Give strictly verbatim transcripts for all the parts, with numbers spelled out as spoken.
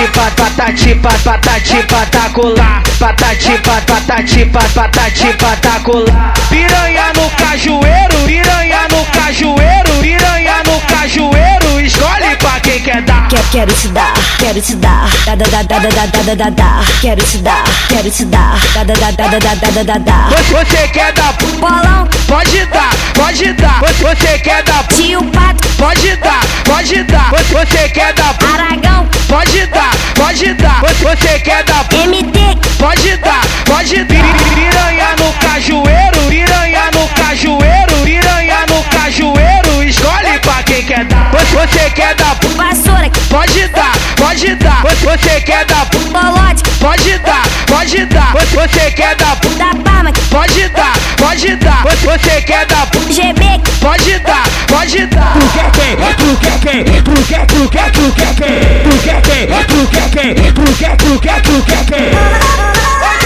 patati patati patati patacolar, patati patati patati patacolar. Piranha no cajueiro, piranha no cajueiro, piranha no cajueiro, escolhe pra quem quer dar. Quero, quero te dar, quero te dar, da da da da da da da da da. Quero te dar, quero te dar, da da da da da da da da da. Você quer dar bolão? Pode dar, pode dar. Você quer dar tio Pato? Pode dar, pode dar. Você quer dar Aragão? Pode dar, pode dar. Você quer dar M T? Pode dar, pode dar. Piranha no cajueiro, piranha no cajueiro, piranha no cajueiro, escolhe pra quem quer dar. Você quer dar vassoura? Pode dar, pode dar. Você quer dar bolote? Pode dar, pode dar. Você quer dar da Parma? Pode dar, pode dar. Você quer dar G B? Pode dar, pode dar. Tu quer quem? Tu quer quem? Tu quer, tu quer, tu quer quem? Tu quer quem? Tu quer quem? Tu quer, tu quer, tu quer quem?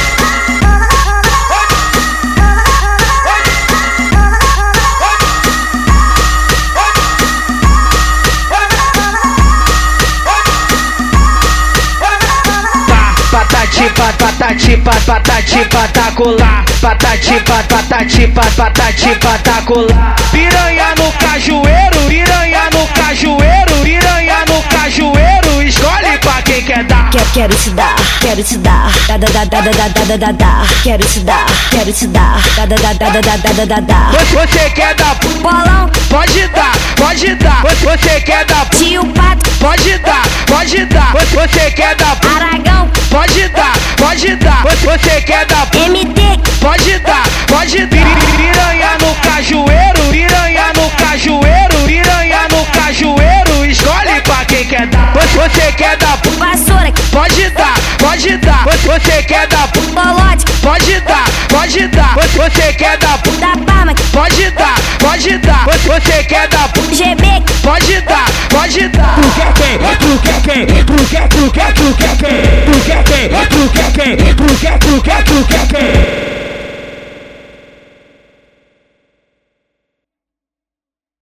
Patati patati patati patacolar, patati patati patati patacolar. Piranha no cajueiro, piranha no cajueiro, piranha no cajueiro, escolhe pra quem quer dar. Quero, quero te dar, quero te dar, da da da da da da da da da. Quero te dar, quero te dar, da da da da da da da da da. Você quer dar bolão? Pode dar, pode dar. Você quer dar tio Pato? Pode dar, pode dar. Você quer dar Aragão? Pode dar, pode dar. Você quer dar M T? Pode dar, pode dar. Piranha no cajueiro, piranha no cajueiro, piranha no cajueiro, escolhe pra quem quer dar. Você quer dar vassoura? Pode dar, pode dar. Você quer dar bolote? Pode dar, pode dar. Você quer dar da Parma? Pode dar, pode dar. Você quer dar G B? Pode dar, pode dar. Tu quer quem? Tu quer quem? Tu quer, tu quer, tu quer quem? Tu quer quem? Tu quer quem? Tu quer, tu quer, tu quer quem?